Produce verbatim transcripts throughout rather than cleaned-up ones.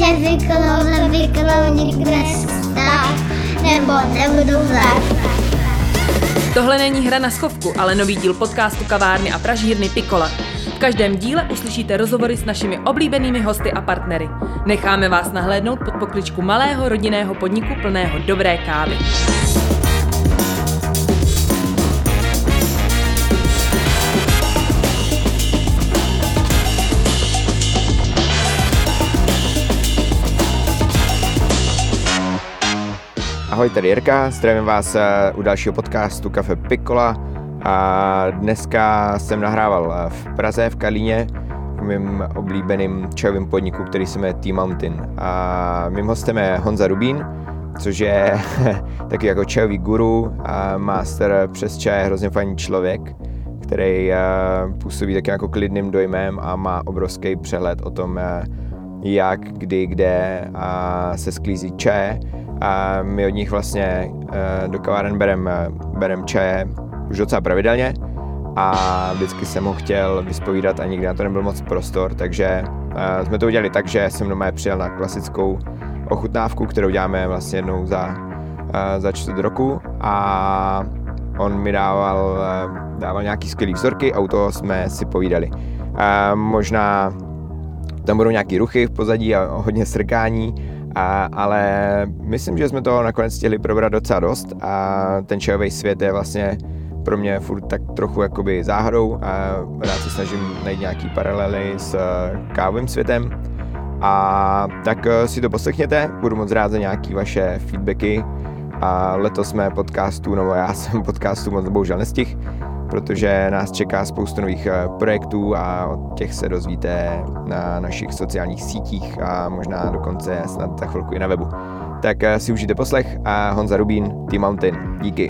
nevyklou, nevyklou nikde stát, nebo nebudou zázrak. Tohle není hra na schovku, ale nový díl podcastu kavárny a pražírny Piccola. V každém díle uslyšíte rozhovory s našimi oblíbenými hosty a partnery. Necháme vás nahlédnout pod pokličku malého rodinného podniku plného dobré kávy. Ahoj, tady Jirka, zdravím vás u dalšího podcastu Kafe Piccola. A dneska jsem nahrával v Praze, v Karlíně, v mým oblíbeným čajovým podniku, který se jmenuje Tea Mountain. A mým hostem je Honza Rubín, což je taky jako čajový guru a master přes čaj, hrozně fajný člověk, který působí taky jako klidným dojmem a má obrovský přehled o tom, jak, kdy, kde se sklízí čaje. A my od nich vlastně do kaváren berem, berem čaje už docela pravidelně a vždycky jsem ho chtěl vyspovídat a nikdy na to nebyl moc prostor, takže jsme to udělali tak, že jsem doma přijel na klasickou ochutnávku, kterou děláme vlastně jednou za, za čtvrt roku a on mi dával, dával nějaký skvělý vzorky a u toho jsme si povídali. A možná tam budou nějaký ruchy v pozadí a hodně srkání, A, ale myslím, že jsme toho nakonec stihli probrat docela dost a ten čajový svět je vlastně pro mě furt tak trochu jakoby záhadou a rád se snažím najít nějaký paralely s kávovým světem a tak si to poslechněte, budu moc rád za nějaký vaše feedbacky a letos jsme podcastu, nebo já jsem podcastu moc bohužel nestihl, protože nás čeká spoustu nových projektů a od těch se dozvíte na našich sociálních sítích a možná dokonce snad za chvilku i na webu. Tak si užijte poslech a Honza Rubín, Tea Mountain. Díky.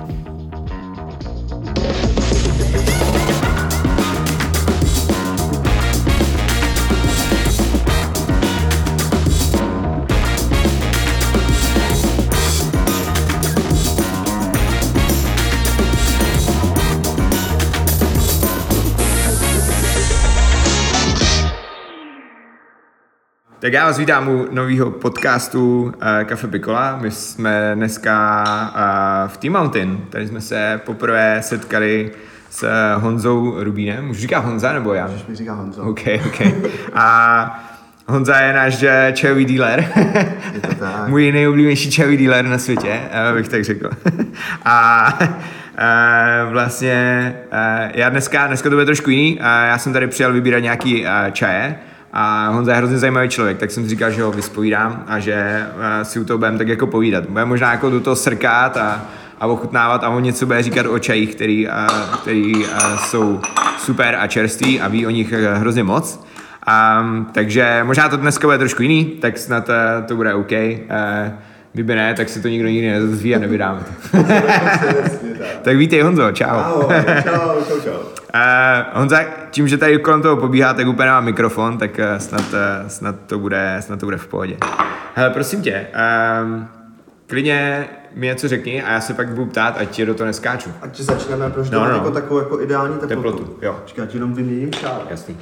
Tak já vás vítám u nového podcastu uh, Kafe Piccola. My jsme dneska uh, v Tea Mountain. Tady jsme se poprvé setkali s Honzou Rubínem. Můžu říkat Honza nebo já? Můžeš mi říkat Honzo. OK, OK. A Honza je náš čajový dealer. Je to tak. Můj nejoblíbenější čajový dealer na světě, bych tak řekl. A uh, vlastně uh, já dneska, dneska to bude trošku jiný. Uh, já jsem tady přijel vybírat nějaký uh, čaje. A Honza je hrozně zajímavý člověk, tak jsem si říkal, že ho vyspovídám a že uh, si u toho budeme tak jako povídat. Bude možná jako do toho srkat a, a ochutnávat a on něco bude říkat o čajích, který, uh, který uh, jsou super a čerství a ví o nich uh, hrozně moc. Um, takže možná to dneska bude trošku jiný, tak snad uh, to bude OK. Uh, Kdyby ne, tak si to nikdo nikdy nedozví a nevydáme to. Tak vítej Honzo, čau. Ahoj, čau, čau, čau. Uh, Honza, tím, že tady kolem toho pobíhá, tak úplně má mikrofon, tak uh, snad, uh, snad, to bude, snad to bude v pohodě. Hele, prosím tě, um, klidně mi něco řekni a já se pak budu ptát, ať tě do toho neskáču. Ať ti začneme, protože no, to no. jako takovou jako ideální teplotu. Teplotu, jo. Čekaj, já ti jenom vyměním šál. Jasný.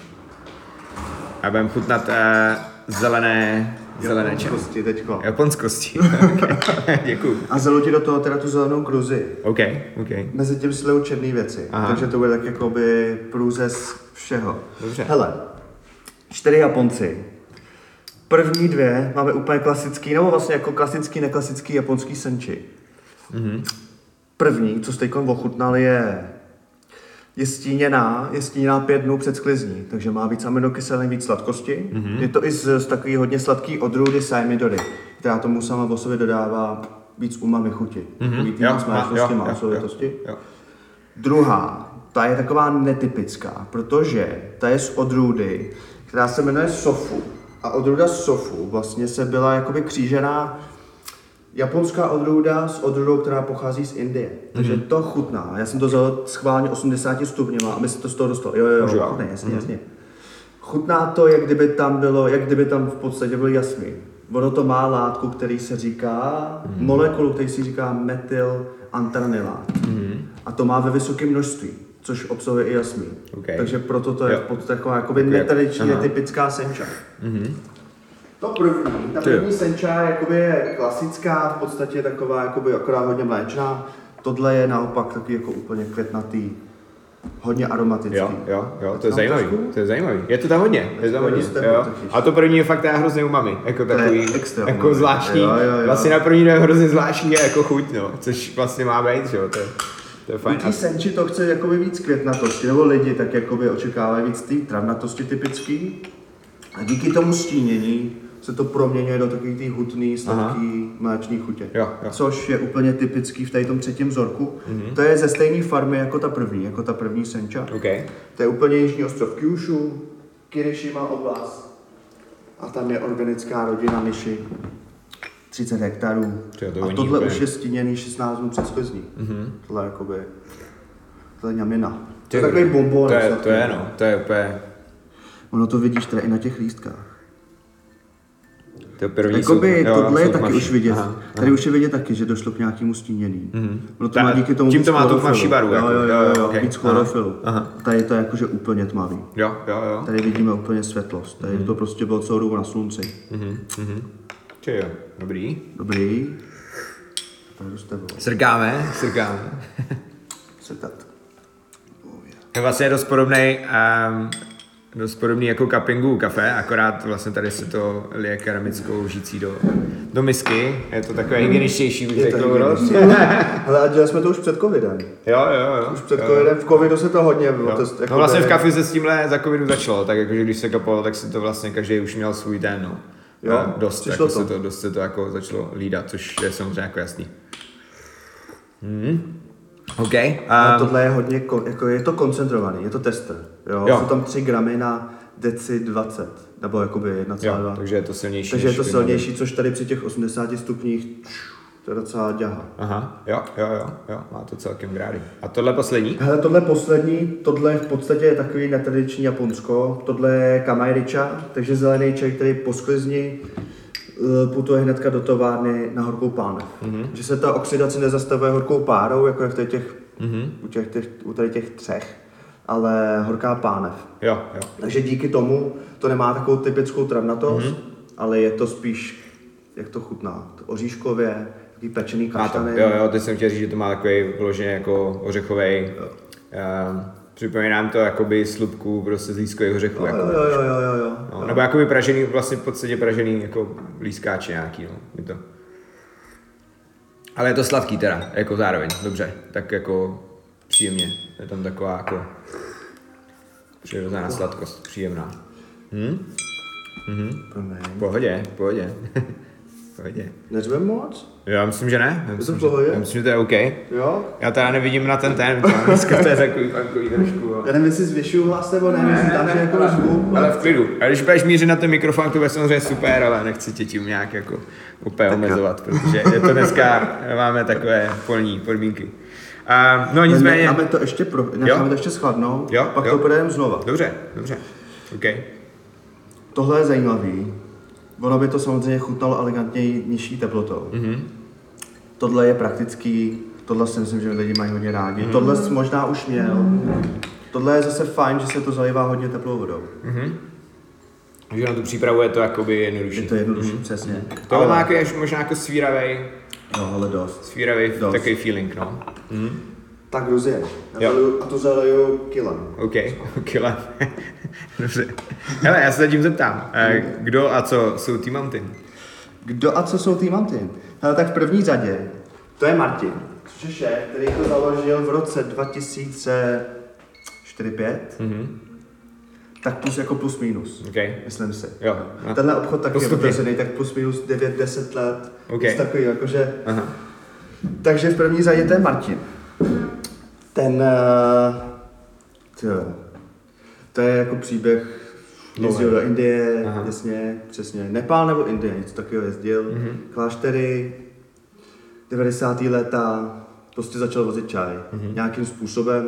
A budeme chutnat uh, zelené, zelené čaj. Japonskosti teďko. Japonskosti, okay. Děkuju. A zaliju ti do toho teda tu zelenou kruzi. OK, OK. Mezi tím sliju černé věci, Aha. takže to bude tak jakoby průřez všeho. Dobře. Hele, čtyři Japonci. První dvě máme úplně klasický, nebo vlastně jako klasický, neklasický japonský senči. Mhm. První, co jste teďkon ochutnali, je je stíněná, je stíněná pět dnů před sklizní, takže má víc aminokyselin, víc sladkosti. Mm-hmm. Je to i z, z takový hodně sladký odrůdy Saimidori, která tomu sama o sobě dodává víc umami chuti. Mm-hmm. Víc smáčnosti, másovitosti. Druhá, ta je taková netypická, protože ta je z odrůdy, která se jmenuje Sofu. A odrůda Sofu vlastně se byla jakoby křížená japonská odrůda s odrůdou, která pochází z Indie. Takže mm-hmm. to chutná. Já jsem to vzal schválně osmdesát stupněma, aby se to z toho dostalo. Jo, jo, jo, chutná, jasně, mm-hmm. jasně. Chutná to, jak kdyby tam bylo, jak kdyby tam v podstatě byl jasmin. Ono to má látku, který se říká, mm-hmm. molekulu, který se říká metylantanilát. Mm-hmm. A to má ve vysokém množství, což obsahuje i jasmin. Okay. Takže proto to je pod taková jakoby okay. netradiční, netypická senča. Mm-hmm. To první, ta první senča jakoby je klasická, v podstatě taková jakoby akorát hodně mléčná. Tohle je naopak taky jako úplně květnatý, hodně aromatický. Jo, jo, jo, to je zajímavý, to je zajímavý. Je to tam hodně, je to tam hodně, jo. A to první je fakt teda hrozně umami, jako takový, jako zvláštní, jo, jo, jo. Vlastně na první je hrozně zvláštní je jako chuť, no, což vlastně má být, jo, to je, to je fajn. U té senči to chce jakoby víc květnatosti, nebo lidi tak jakoby očekávají víc té travnatosti typický. A díky tomu stínění se to proměňuje do takový té hutný, sladký, mléčný chutě. Jo, jo. Což je úplně typický v tady tom třetím vzorku. Mm-hmm. To je ze stejné farmy jako ta první, jako ta první senča. Okay. To je úplně jižní ostrov Kyushu, Kirishima oblast. A tam je organická rodina myši, třicet hektarů. To a tohle úplně... už je stíněný šestnáct dnů před sklizní. Mm-hmm. Tohle je jakoby, tohle je ňamina. To je takový bonbon. To je, to je no, to je úplně... Ono to vidíš teda i na těch lístkách. To první Jakoby jsou, tohle jo, je taky tmaší. už vidět. Aha, Tady aha. už je vidět taky, že došlo k nějakému stínění. Mm-hmm. Ono to má díky tomu tím víc to má tu chlorofilu. tmavší barvu. Jo, Jako, jo, jo, jo, jo okay. víc chlorofilu. Aha. Tady to je jakože úplně tmavý. Jo, jo, jo. Tady vidíme úplně světlost. Tady mm-hmm. to prostě bylo celou dobu na slunci. Mhm, mhm. Či jo, dobrý. Dobrý. Tady jdu s tebou. Srkáme, srkáme. Srkat. Je vlastně dost podobnej, um, dost podobný jako cuppingu kafe, akorát vlastně tady se to lije keramickou lžící do, do misky. Je to takové hygieničtější, bych řekl. Ale a dělali jsme to už před covidem. Jo, jo, jo. Už před jo. covidem, v covidu se to hodně bylo. To, jako no vlastně v kafi se s tímhle za covidu začalo, tak jakože když se kapovalo, tak si to vlastně každý už měl svůj ten, no. Jo, dost, jako to. Se to, dost se to jako začalo lídat, což je samozřejmě jako jasný. Hmm. OK. Um, tohle je hodně, jako je to koncentrovaný, je to tester. Jo? Jo. Jsou tam tři gramy na deci dvacet, nebo jakoby jedna celá dva. Takže je to silnější. Takže je to silnější, což tady při těch osmdesáti stupních, to je docela děha. Aha, jo, jo, jo, jo, má to celkem grády. A tohle poslední? Hele, tohle poslední, tohle v podstatě je takový netradiční Japonsko, tohle je kamairiča, takže zelený čaj, který po sklizni putuje hnedka do továrny na horkou pánev. Mm-hmm. Že se ta oxidace nezastavuje horkou párou, jako je v těch, mm-hmm. u, těch, těch, u tady těch třech, ale horká pánev. Jo, jo. Takže díky tomu to nemá takovou typickou travnatost, mm-hmm. ale je to spíš, jak to chutná, to oříškově, takový pečený kaštany. Jo, jo, teď jsem chtěl říct, že to má takový vloženě jako ořechovej. Um, Připomínám to jakoby slupku prostě z lískových ořechů. Jo, jako, jo, jo, jo, jo, jo. No, nebo jakoby pražený, vlastně v podstatě pražený jako lískáče nějaký, no. Je to. Ale je to sladký teda, jako zároveň, dobře, tak jako příjemně. Je tam taková jako přirozená sladkost, příjemná. Hm? Mhm. V pohodě, v pohodě. V pohodě. Neřvem moc? Já myslím, že ne. Já myslím, to v pohodě? Že, já myslím, že to je OK. Jo? Já teda nevidím na ten ten, dneska to je takový funkový trošku. Jo. Já nevím, jestli zvyšuju hlas nebo ne, myslím tam, že jako řvu. Ale v klidu. A když budeš mířit na ten mikrofon, to bude samozřejmě super, ale nechci tě tím nějak jako úplně omezovat, protože je to dneska, máme takové polní podmínky. Uh, no nicméně... Necháme to ještě, pro, necháme to ještě schladnout, jo, pak jo. to projedeme znova. Dobře, dobře. OK. Tohle je zajímavý. Ono by to samozřejmě chutnalo elegantněji nižší teplotou. Mm-hmm. Tohle je praktický, tohle si myslím, že lidi mají hodně rádi. Mm-hmm. Tohle jsi možná už měl. Tohle je zase fajn, že se to zalivá hodně teplou vodou. Mm-hmm. Takže na tu přípravu je to jakoby jednodušší. Je to jednodušší, mm-hmm. přesně. Tohle má jako, možná jako svíravej. No, ale dost. Svíravej, dost. takový feeling, no. Mm-hmm. Tak Gruzie. A to zaliju kilem. OK, kilem. Dobře. Hele, já se zatím zeptám. Kdo a co jsou Team Mountain? Kdo a co jsou Team Mountain? Hele, tak v první řadě, to je Martin, což je šéf, který to založil v roce dva tisíce čtyři pět. Mm-hmm. Tak plus jako plus minus, okay. myslím si. Jo. No. Tenhle obchod taky je otevřený, tak plus minus devět deset let. Okay. Takový, jakože... Aha. Takže v první řadě to je Martin. Ten... Uh, tjo, to je jako příběh, jezdil do Indie, aha. jasně, přesně, Nepál nebo Indie, něco takového jezdil, mm-hmm. kláštery, devadesátá léta, prostě začal vozit čaj, mm-hmm. nějakým způsobem.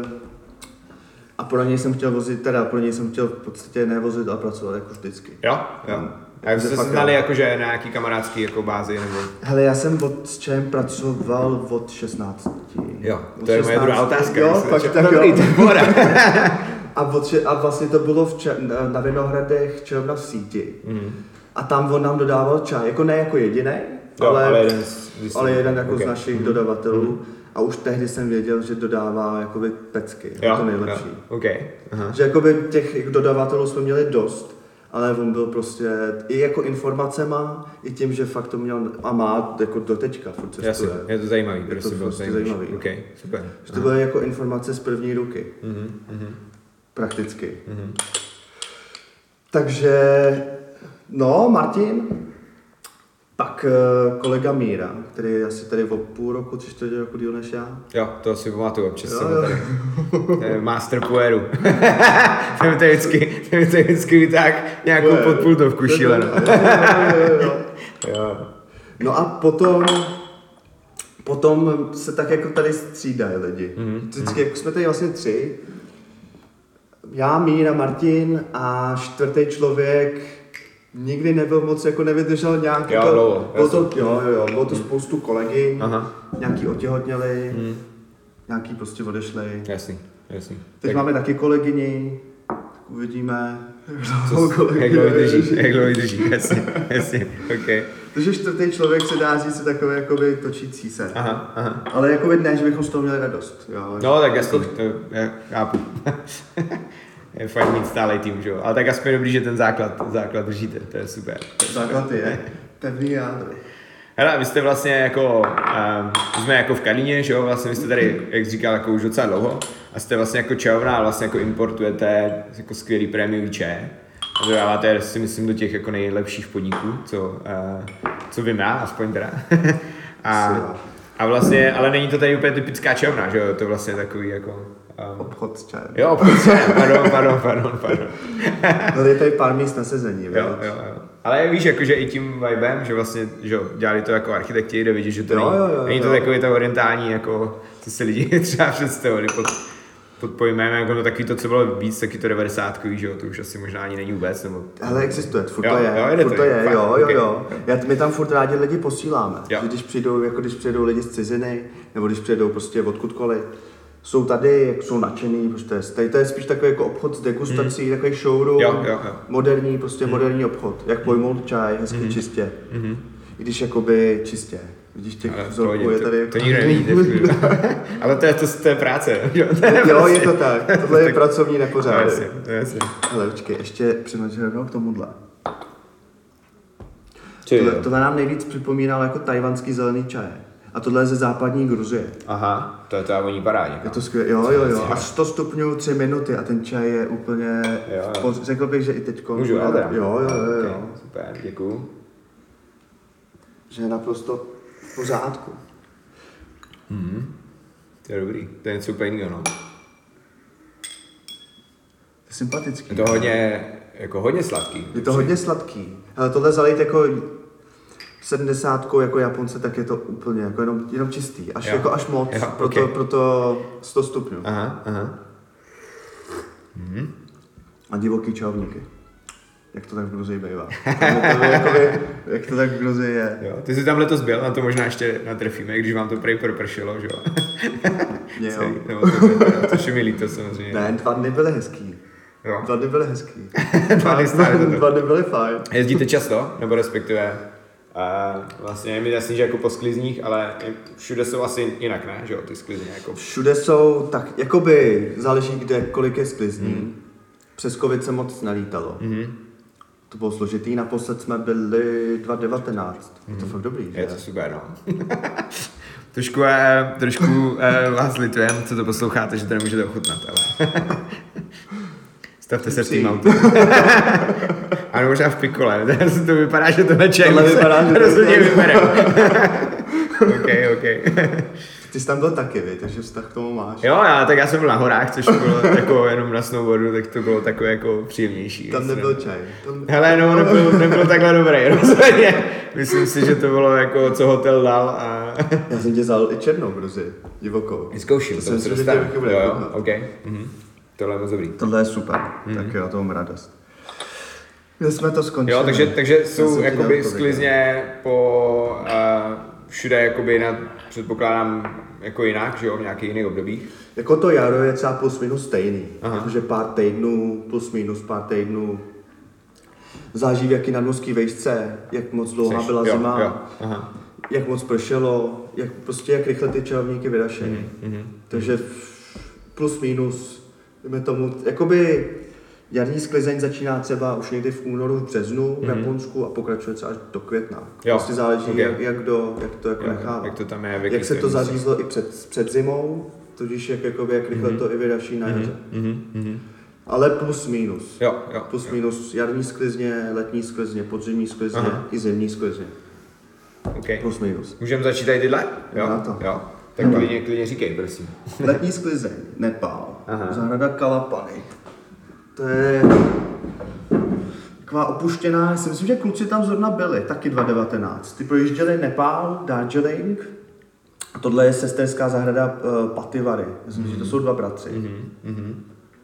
A pro něj jsem chtěl vozit, teda pro něj jsem chtěl v podstatě nevozit, ale pracovat jako vždycky. Jo, jo. A jak jste se znali jakože na nějaký kamarádský jako bázi nebo? Hele, já jsem od, s čajem pracoval od šestnácti. Jo, od to je moje druhá otázka. Jo, pak tak dobrý, jo. A, odče, a vlastně to bylo v čer, na, na Vinohradech Června v síti. Mm. A tam on nám dodával čaj, jako ne jako jediný, ale, ale jeden, z, ale jeden jako okay. z našich mm. dodavatelů. Mm. A už tehdy jsem věděl, že dodává jakoby pecky, jo, to nejlepší. Jo, okay. Aha. Že jakoby těch dodavatelů jsme měli dost, ale on byl prostě i jako informacema, i tím, že fakt to měl a má jako doteďka furt cestuje. Jasně, je to zajímavý, je prostě to byl prostě zajímavý. Okay, super. Že to byly jako informace z první ruky. Mm-hmm. Prakticky. Mm-hmm. Takže, no, Martin, pak kolega Míra, který je asi tady o půl roku, tři čtvrtě roku díl než já. Jo, to si pamatuju, občas jsem tady. Master Pueru. Ten to vždycky, ten to vždycky vytáhl nějakou podpultovku šílenou. No a potom, potom se tak jako tady střídají lidi. Vždycky, jako jsme tady vlastně tři. Já, Míra, Martin a čtvrtý člověk nikdy nebyl moc, jako nevydržel nějaký jo, to, dlouho, bylo to, jo, jo, jo, bylo to spoustu kolegy, aha. nějaký otěhotněli, hmm. nějaký prostě odešli. Jasný, jasný. Teď tak máme taky kolegyni, uvidíme, co, jak dlouho vydrží, jak dlouho vydrží, jasně, jasně, ok. Takže čtvrtý člověk se dá říct takový jakoby točící se, aha, aha. Ale jakoby ne, že bychom z toho měli radost, jo. No tak jasný, to já chápu. Je fajn mít stálej tým, že jo, ale tak aspoň dobrý, že ten základ, základ držíte, to je super. Základ je pevný jádro. Hele, vy jste vlastně jako, um, jsme jako v Karlíně, že jo, vlastně vy jste tady, jak jsi říkal, jako už docela dlouho a jste vlastně jako čajovna a vlastně jako importujete jako skvělý prémiový čaje a dodáváte si myslím do těch jako nejlepších podniků, co, uh, co vím já, aspoň teda. a, a vlastně, ale není to tady úplně typická čajovna, že jo, to je vlastně takový jako... Um, obchod s čajem. Jo, obchod s čajem, pardon, pardon, pardon, pardon. No je tady pár míst na sezení, jo, jo, jo. Ale víš, jakože i tím vibem, že vlastně, že dělali to jako architekti, kde vidíš, že to jo, není, jo, jo, není to jo. takový to orientální, jako, co si lidi třeba představili pod, pod pojmem, jako no takový to, co bylo víc, taky to devadesátkový, že jo, to už asi možná ani není vůbec, nebo... Ale existuje, furt jo, to je, jo, furt to je, fakt, jo, jo, okay. jo. Já, my tam furt rádi lidi posíláme, jo. že když přijdou, jako když přijdou lidi z ciziny, nebo když přijdou prostě odkudkoliv, jsou tady, jak jsou nadšený, prostě tady to je spíš takový jako obchod s degustací, mm. takový showroom, jo, jo, jo. moderní, prostě mm. moderní obchod, jak pojmout čaj, hezky mm. čistě, mm. i když jakoby čistě. Vidíš, těch vzorků je tady... To, to nikdo neví, ale to je, to, to je práce, jo? To je jo, prostě... je to tak, tohle je pracovní nepořádek. Jasně, jasně. Ale počkej, ještě přiměřenou k tomuhle. Či, tohle, tohle nám nejvíc připomínalo jako tajvanský zelený čaj. A tohle je ze západní Gruzie. Aha, to je to voní parádě. Je to skvělé, jo, jo, jo. A sto stupňů tři minuty a ten čaj je úplně... Jo, jo. Po, řekl bych, že i teďko... Můžu, ale teda. Jo, jo, jo, jo. Okay, super, děkuju. Že je naprosto v pořádku. Mhm. To je dobrý, to je něco úplně jiného, no. To je sympatický. Je to hodně, jako hodně sladký. Je to hodně sladký. Ale tohle zalejt jako sedmdesátkou jako Japonce, tak je to úplně jako jenom, jenom čistý. Až, jako až moc, jo, proto, okay. proto sto stupňů. Aha, aha. Mhm. A divoký čajovníky. Jak to tak v Gruzii bývá. Jakoby, jak to tak v Gruzii je. Jo, ty jsi tam letos byl, na to možná ještě natrefíme, když vám to prej propršelo, že jo? Mě jo. Nebo to, to, to, to šumí líto samozřejmě. Ne, dva dny byly hezký. Jo. Dva dny byly hezký. dva, dny stále dva dny byly fajn. Jezdíte často? Nebo respektive uh, vlastně je mi jasný, že jako po sklizních, ale všude jsou asi jinak, ne? Že jo, ty sklizně jako... Všude jsou, tak jakoby záleží kde, kolik je sklizní. Hmm. Přes covid se moc nelítalo. Hmm. To bylo složitý, naposled jsme byli dva tisíce devatenáct. Hmm. Je to fakt dobrý, že? Je to super, no. trošku eh, trošku eh, vás litujem, co to posloucháte, že to nemůžete ochutnat, ale... Stavte se v tým autu. Ano, možná v pikole, to vypadá, že to na čaj se rozhodně vyberem. ok, ok. Ty jsi tam byl taky, vy, takže vztah k tomu máš. Jo, já, tak já jsem byl na horách, což bylo jako jenom na snowboardu, tak to bylo takové jako příjemnější. Tam nebyl čaj. Tam... Hele, no, nebyl, nebyl takhle dobrý, rozhodně. Myslím si, že to bylo jako, co hotel dal a... Já jsem tě vzal i černou Gruzi, divokou. Vyzkouším, to, to jsem si dostal. Jo, jo, ok. Mhm. Tohle je moc dobrý. Tohle je super, mm. tak jo, to mám radost. My jsme to skončili. Jo, takže, takže jsou jakoby sklizně po, uh, všude jakoby na, předpokládám jako jinak, že jo, v nějakých jiných obdobích. Jako to jaro je třeba plus minus stejný, Aha. protože pár týdnů, plus minus pár týdnů, záleží v jaký nadmořský vejšce, jak moc dlouhá Seš, byla jo, zima, jo, aha. jak moc pršelo, jak, prostě jak rychle ty čarovníky vyrašejí. Mm-hmm. Takže plus minus, jdeme tomu, jakoby jarní sklizeň začíná třeba už někdy v únoru, v březnu v Mhm. Japonsku a pokračuje třeba až do května. Jo, Prostě záleží, okay. jak, jak, do, jak to jako Jo, nechává. jak to tam je, v Jak jaký se to stejnosti. zařízlo i před, před zimou, tudíž jak, jakoby, jak rychle Mhm. to i vyraší na jaře. Mhm, mhm. Ale plus minus. Jo, jo. Plus jo. minus jarní sklizně, letní sklizně, podzimní sklizně Aha. i zimní sklizně. Okay. Plus minus. Můžeme začít tady tyhle? Jo, Na to. jo. Tak klidně, klidně říkej, prosím. Letní sklizeň, Nepál, Aha. zahrada Kalapany. To je taková opuštěná, já si myslím, že kluci tam zrovna byli, taky dva tisíce devatenáct. Ty projížděli Nepál, Darjeeling, a tohle je sesterská zahrada uh, Pativary. Myslím, mm-hmm. že to jsou dva bratři. Mhm, mhm.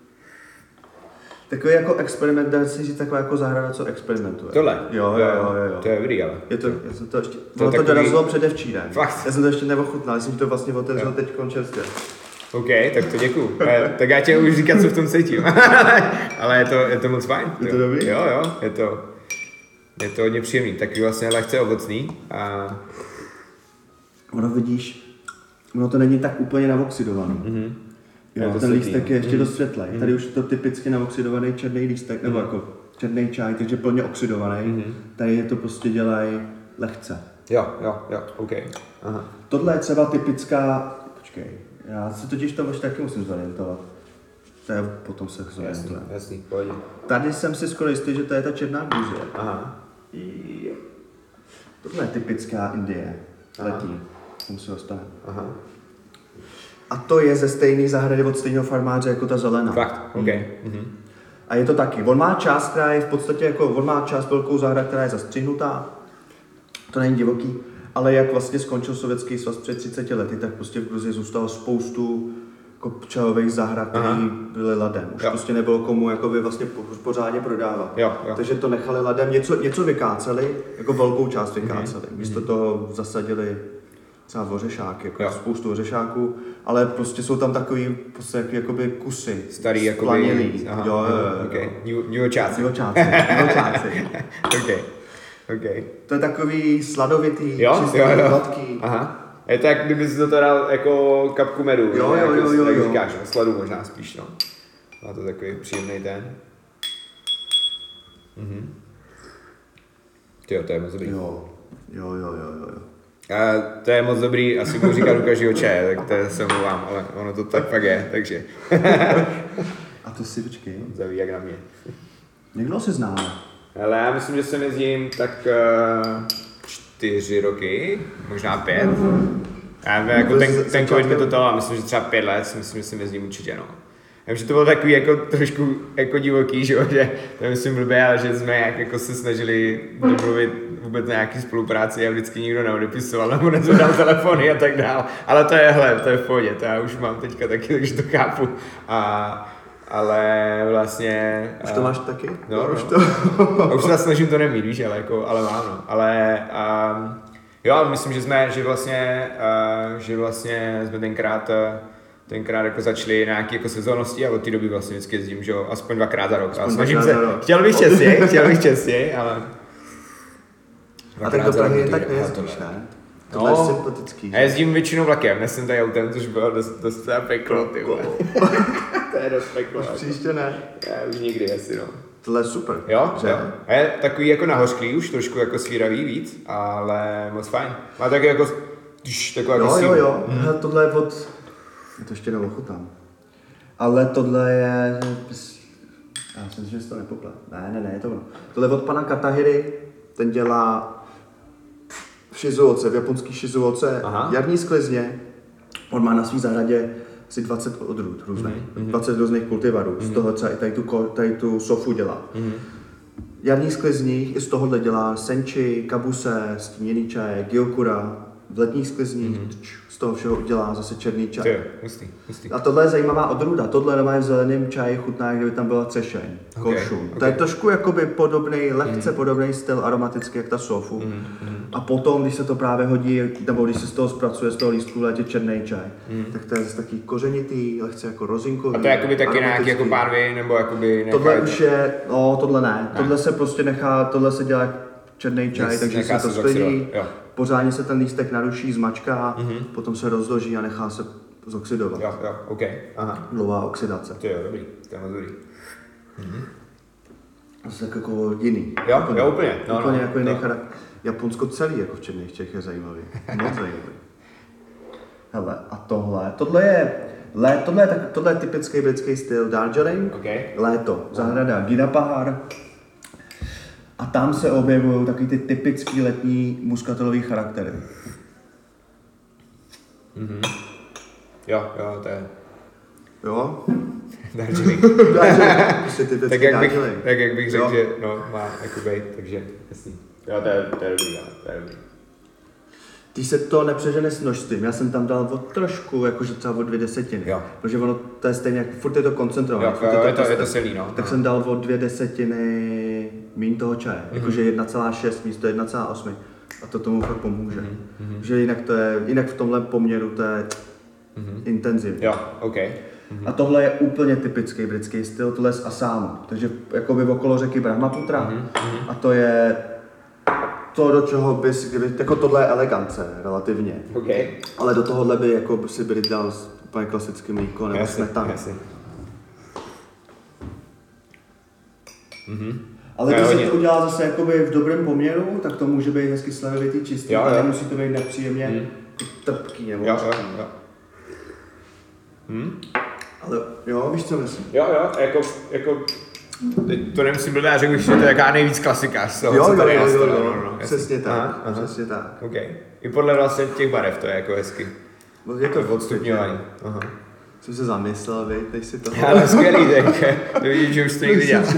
Takový jako experiment, dá se říct, taková jako zahrada, co experimentuje. Tohle? Jo, jo, jo, jo. jo. To je dobrý, ale. Je to, já jsem to ještě, To ono je to takový- dorazilo předevčírem. Fakt? Já jsem to ještě neochutnal, já jsem to vlastně otevřel Jo. teď čerstvě. OK, tak to děkuju. Eh, tak já tě už říkat, co v tom cítím. Ale je to, je to moc fajn. Je to jo. dobrý? Jo, jo, je to, je to hodně příjemný. Taky vlastně lehce ovocný. A... Ono vidíš, ono to není tak úplně navoxidovaný. Mhm. Jo, Je to ten světlý. lístek je ještě Mhm. dost světlej. Tady už je to typicky navoxidovaný černý lístek, nebo jako černý čaj, takže plně oxidovaný. Mhm. Tady je to prostě dělají lehce. Jo, jo, jo, OK. Aha. Tohle je třeba typická, počkej, já se totiž to taky musím zorientovat. To je, potom se Jasný, zorientujeme. jasný, pohodě. Tady jsem si skoro jistý, že to je ta černá guzie. Aha. Jo. Tohle je typická Indie, letní. Tomu se dostaneme. Aha. A to je ze stejné zahrady od stejného farmáře jako ta zelená. Fakt, OK. Mhm. A je to taky. On má část, která je v podstatě jako, on má část velkou zahrad, která je zastřihnutá. To není divoký. Ale jak vlastně skončil Sovětský svaz před třiceti lety, tak prostě v Gruzii zůstalo spoustu jako čajových zahrad, které Aha. byly ladem. Už Jo. prostě nebylo komu jakoby vlastně po- pořádně prodávat. Jo, jo. Takže to nechali ladem, něco, něco vykáceli, jako velkou část vykáceli. Místo toho zasadili třeba ořešáky, jako Jo. spoustu ořešáků, ale prostě jsou tam takový prostě jakoby kusy. Starý jakoby... splanilý. Aha, Jo, jo, aha, jo. OK. New, Newočáci. Divočáci, divočáci. OK. OK. To je takový sladovitý, Jo, čistý, jo, jo. hladký. Aha. Je to jak kdyby si to dal jako kapku medu, Jo, jo, jako, jo, jo, jak jo. říkáš, no, sladu možná spíš, no. Má to takový příjemný ten. Mhm. Tyjo, to je moc dobrý. Jo, jo, jo, jo, jo. jo. A to je moc dobrý, asi budu říkat u každého čaje, tak to se mluvám, ale ono to tak fakt je, takže A to si počkej. zaví jak na mě. Někdo se známe. Ale já myslím, že jsem jezdím tak uh, čtyři roky, možná pět. Já vím, jako ten, Vůbec ten covid mi to začátkem- dalo, myslím, že třeba pět let, si myslím, že jsem jezdím určitě, no. Já vím, že to bylo takový jako trošku jako divoký, že, jo, že to myslím blbě, ale že jsme jak jako se snažili domluvit vůbec na nějaký spolupráci a vždycky nikdo neodepisoval nebo nezvedal telefony a tak dál. Ale to je, hele, to je v pohodě, to já už mám teďka taky, takže to chápu. A, ale vlastně... Už to máš taky? No, už no. to. A už se zase snažím to nemít, víš, ale, jako, ale mám, no. Ale um, jo, ale myslím, že jsme, že vlastně, uh, že vlastně jsme tenkrát, uh, tenkrát jako začali nějaké jako sezónnosti a od té doby vlastně vždycky jezdím, že jo, aspoň dvakrát za rok. A snažím dvakrát se, za rok. chtěl bych častěji, chtěl bych častěji, ale... A tak do za rok Prahy to tak jde. nejezdíš, A tohle. ne? Tohle No. je sympatický. Já jezdím většinou vlakem, dnes jsem tady autem, což bylo dost, dost teda peklo, ty vole. To je dost peklo. Už jako. příště ne. Já už nikdy asi, no. Tohle je super. Jo, že? jo. A je takový jako nahořklý už, trošku jako svíravý víc, ale moc fajn. Má taky jako, tš, taková jako Jo, jo, sílu. jo. Hele, tohle je od... Já to ještě neochutám. Ale tohle je... Já jsem si, že jsi to nepoplet. Ne, ne, ne, je to ono. Tohle je od pana Katahiry. Ten dělá v Shizuoce, v japonský Shizuoce, Aha. jarní sklizně. On má na svý zahradě asi dvacet odrůd různých, mm-hmm. dvacet různých kultivarů. Mm-hmm. Z toho třeba i tady tu, ko- tady tu sofu dělá. Mm-hmm. Jarní sklizních i z tohohle dělá senči, kabuse, stíněný čaj, gyokura. V letních sklizních mm-hmm. z toho všeho dělá zase černý čaj. Ty jo, hustý, hustý. A tohle je zajímavá odrůda. Tohle nemá v zeleném čaji chutná, jak kdyby tam byla třešeň, Okay, košum. okay. To je trošku jakoby podobný, lehce mm. podobný styl aromatický, jak ta sofu. Mm, mm. A potom, když se to právě hodí, nebo když se z toho zpracuje, z toho lístku v létě černý čaj, mm. tak to je zase taky kořenitý, lehce jako rozinkový. A to je jakoby taky nějaký jako pánvi, nebo jakoby tohle už je, no tohle ne. ne, tohle se prostě nechá, tohle se dělá černý čaj, takže se to sklidí, pořádně se ten lístek naruší, zmačká, mm-hmm. potom se rozloží a nechá se zoxidovat. Jo, jo, ok. Aha. Dlouhá oxidace. To je dobrý, to je moc dobrý. Mm-hmm. Zase jako jiný. Jo, úplně, jo, úplně. No, úplně no, jako jiný no. charakter. Japonsko celý jako v Černých Čech je zajímavý. Moc zajímavý. Hele, a tohle, tohle je, lé, tohle je, tak, tohle je typický britský styl Darjeeling, okay. Léto, zahrada Ginapahar. A tam se objevují takový ty typický letní muskatelový charaktery. Mm-hmm. Jo, jo, to je... Jo? Darjeeling. Darjeeling. tak, jak bych, tak jak bych řekl, že no, má jako bejt, takže jasný. Jo, to je, to je dobrý, to je dobrý. Když se to nepřežene s množstvím, já jsem tam dal o trošku, jakože třeba o dvě desetiny, jo. protože ono to je stejně, furt je to koncentrované. Jo, jo, je, to, je to silný, no. Tak no. jsem dal o dvě desetiny míň toho čaje, mm-hmm. jakože jedna celá šest místo jedna celá osm a to tomu fakt pomůže. Mm-hmm. Že jinak to je, jinak v tomhle poměru to je mm-hmm. intenzivní. Jo, ok. Mm-hmm. A tohle je úplně typický britský styl, tohle je z Assámu, takže jakoby okolo řeky Brahmaputra mm-hmm. a to je to, do čeho bys, kdyby, jako tohle je elegance relativně, okay. ale do tohohle by jako by si Brit dal úplně klasické mlíko nebo smetanu. Mm-hmm. Ale když se to udělá zase jakoby v dobrém poměru, tak to může být hezky slevovitý, čistý, a nemusí to být nepříjemně mm. trpký nebo jo, jo, jo. Hmm? Ale jo, víš co myslím? Jo, jo, jako, jako to nemusím blbě, řekl bych, že to je jaká nejvíc klasika z toho, jo, co tady jo, jo, jo, no, jo, no, no, přesně tak, aha, aha. přesně tak. Ok, i podle vlastně těch barev to je jako hezky. No, je to odstupňování. Aha. Jsem se zamyslel, víš, teď si to... Ale skvělý, tak to vidím, že už to někdy dělal.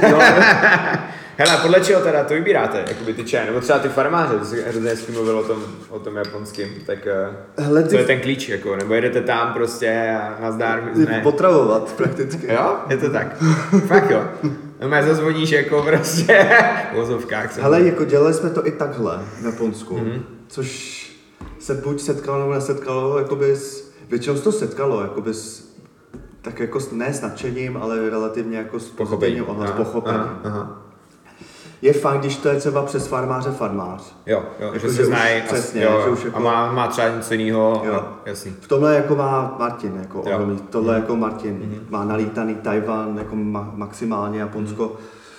Hele, podle čeho teda to vybíráte, jakoby ty čaje, nebo třeba ty farmáře, ty jsi hrozně hezky mluvil o tom, o tom japonským, tak hele, ty... co je ten klíč, jako, nebo jedete tam prostě a nazdár, ne? Potravovat prakticky. Jo, je to tak. Fakt jo. No mě zazvoníš jako prostě v vozovkách. Hele, jako dělali jsme to i takhle v Japonsku, mm-hmm. což se buď setkalo nebo nesetkalo, jakoby s, většinou se to setkalo, jakoby s, tak jako ne s nadšením, ale relativně jako s pochopením. Ohlas, pochopením. Aha, aha. Je fajn, když to je třeba přes farmáře farmář. Jo, jo, jako, že se znají přesně, jo, že už jako, a má, má třeba něco jiného. Jo. Jasný. V tomhle jako má Martin, jako ohromný, tohle mm. jako Martin, mm. má nalítaný Tajvan, jako ma, maximálně Japonsko. Mm.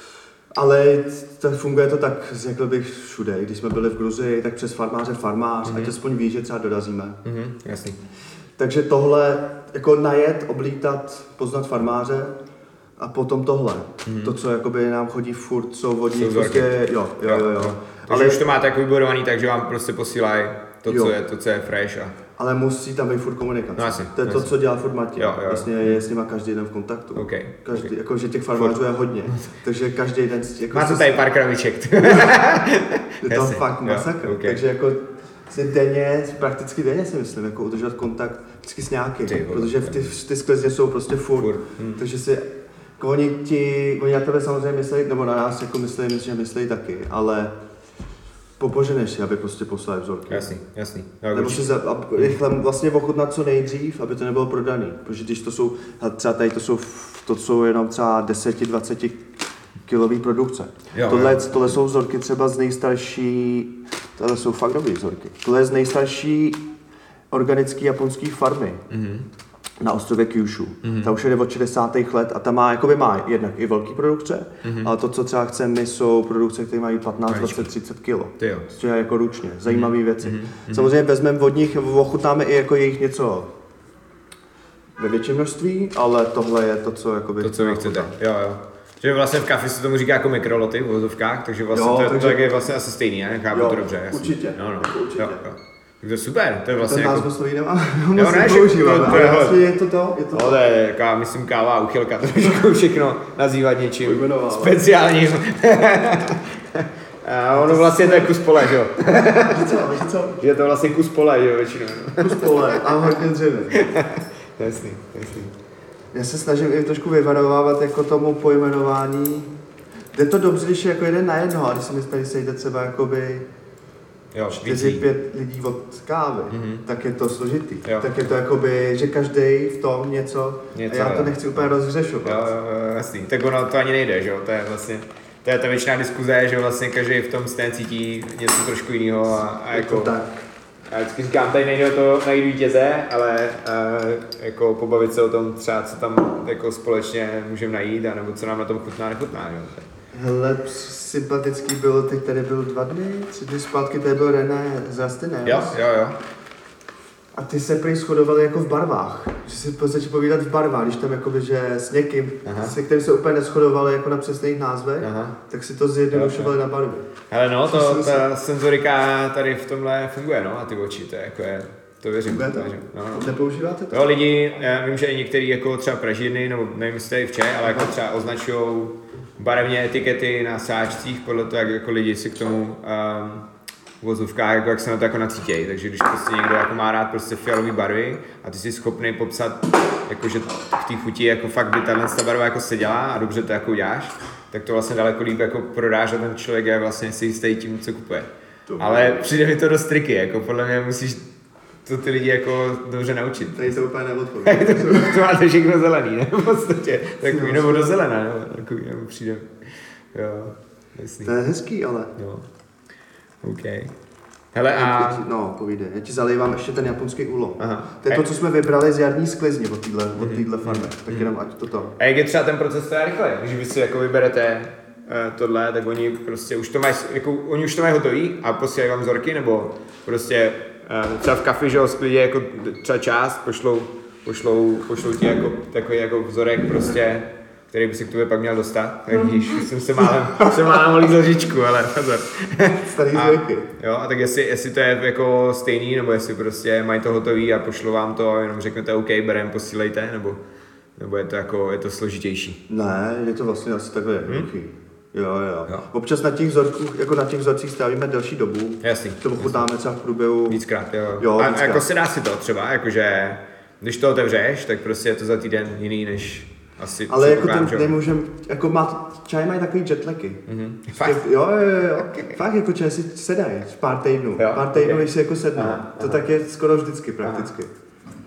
Ale to funguje to tak, řekl bych, všude. Když jsme byli v Gruzii, tak přes farmáře farmář, mm. ať aspoň ví, že třeba dorazíme. Mm. Jasný. Takže tohle, jako najet, oblítat, poznat farmáře, a potom tohle, mm. to, co jakoby nám chodí furt, jsou vodní, prostě, jo, jo, jo, jo. jo. Takže ale už to máte jako vybudovaný, takže vám prostě posílají to, co je, to, co je fresh a... Ale musí tam být furt komunikace. No, asi, to je to, co dělá furt Martin. Jo, jo. Vlastně je s nima každý den v kontaktu. Okay, každý, okay. Jako, že těch farmářů je hodně, takže každý den... Jako máte tady pár kraviček. je to fakt masakr, okay. Takže jako si denně, prakticky denně si myslím, jako udržovat kontakt vždycky s nějakým, protože v ty, ty sklizně jsou prostě furt, furt. Hmm. takže si... Oni ti, oni na tebe samozřejmě myslí, nebo na nás jako myslí, že myslí taky, ale popoženeš si, aby prostě poslali vzorky. Jasný, jasný. Nebo si za, a rychle vlastně ochutnat co nejdřív, aby to nebylo prodaný, protože když to jsou, třeba tady to jsou, to jsou jenom třeba deset dvacet kilový produkce. Jo, tohle, jo. tohle jsou vzorky třeba z nejstarší, tohle jsou fakt dobrý vzorky, tohle je z nejstarší organické japonské farmy. Mm-hmm. Na ostrově Kyushu. Mm-hmm. Ta už je od šedesátých let a ta má, jakoby má jednak i velký produkce, mm-hmm. ale to, co třeba chceme, jsou produkce, které mají patnáct, dvacet, třicet kilo. To je jako ručně, zajímavé mm-hmm. věci. Mm-hmm. Samozřejmě vezmeme od nich, ochutnáme i jako jejich něco ve větším množství, ale tohle je to, co jakoby... To, co vy chcete, jo, jo. Že vlastně v kafi se tomu říká jako mikroloty v vozovkách, takže vlastně jo, to, takže... to je vlastně asi stejný, ne? Chápu to dobře, jasný. Určitě, no, no. určitě. Jo, jo. To je super, to je vlastně ten jako... Ten názv nemá, jo, ne, používáme, to, to, ale je, vlastně je to to, je to no, to je jaká, myslím, káva uchylka, trošku všechno nazývat něčím Pojmenovala. speciálním. A ono vlastně to je kus pole, že jo? Víš co, víš co? Je to vlastně kus pole, že jo, většinou. Kus pole a hodně dřevy. Jasný, jasný. Já se snažím i trošku vyvarovávat jako tomu pojmenování. Jde to dobře, když je jako jeden na jednoho, a když se mi tady sejde třeba jakoby jo, čtyři, pět lidí od kávy, mm-hmm. tak je to složitý. Jo. Tak je to jakoby, že každý v tom něco, něco a já to nechci úplně rozřešovat. Jo, jo, jasný. Tak ono to ani nejde, že jo, to je vlastně, to je ta většiná diskuze, že vlastně každý v tom stejně cítí něco trošku jiného a, a jako... tak. Já vždycky říkám, tady nejde o to najít vítěze, ale uh, jako pobavit se o tom třeba, co tam jako společně můžeme najít, anebo co nám na tom chutná, nechutná, jo. Hele, sympatický bylo, teď tady byl dva dny, tři dny zpátky, tady byl René z Rastines. Jo, jo, jo. A ty se prý shodovali jako v barvách, že si začali povídat v barvách, když tam jakoby, že s někým, aha. se kterým se úplně neshodovali jako na přesných názvech, aha. tak si to zjednodušovali na barvy. Hele no, to, ta senzorika tady v tomhle funguje, no, a ty oči, to je jako je, to věřím. Funguje to? Věřím. No, no. Nepoužíváte to? Jo, lidi, já vím, že i některý jako třeba pražírny, nebo nevím, jestli tady v Čech, ale jako třeba označujou barevně etikety na sáčcích podle toho, jak jako lidi si k tomu um, vozovkách, jako jak se na to jako nacítějí. Takže když prostě někdo jako má rád prostě fialové barvy a ty jsi schopný popsat, jako že v té chuti jako fakt by tahle barva jako seděla a dobře to jako uděláš, tak to vlastně daleko líp jako prodáš a ten člověk je vlastně si jistý tím, co kupuje. To ale přijde mi to dost triky, jako podle mě musíš to ty lidi jako dobře naučit. Tady se úplně neodpoví. To máte všechno zelený, ne? V podstatě. Takový, nebo do zelená, nebo takový, nebo přijde. Jo, jasný. To je hezký, ale. Jo. OK. Hele a... No, povídej. Já ti zalejvám ještě ten japonský úlom. Aha. To je to, co jsme vybrali z jarní sklizni od téhle mm-hmm. od téhle farmy. Mm-hmm. Tak jenom ať to to. A jak je třeba ten proces teda rychle? Když vy si jako vyberete uh, tohle, tak oni prostě už to mají, jako oni už to mají hotový a posílají vám vzorky, nebo prostě uh, třeba v kafi, že ho sklidí jako třeba část, pošlou, pošlou, pošlou ti jako takový jako vzorek prostě, který by si k tobě pak měl dostat. Tak víš, jsem se málem, jsem málem molík lžičku, ale pozor. Starý zvyky. Jo, a tak jestli, jestli to je jako stejný, nebo jestli prostě mají to hotový a pošlo vám to, jenom řeknete OK, berem, posílejte, nebo, nebo je to jako, je to složitější? Ne, je to vlastně asi takhle jednoduchý. Hmm? Jo, jo, jo. Občas na těch vzorků, jako na těch vzorcích strávíme delší dobu. Jasný. To ochutnáme třeba v průběhu. Víckrát, jo. jo a, víckrát. A jako se dá si to třeba, jakože když to otevřeš, tak prostě je to za týden jiný než asi. Ale jako ten nemůžem, jako má, čaj mají takový jetlagy. Mm-hmm. Fakt? Jo, jo, jo. Okay. Fakt jako čaj si sedají pár týdnů. Jo? Pár týdnů, okay. Když si jako sednou. Aha, to aha. Tak je skoro vždycky prakticky. Aha.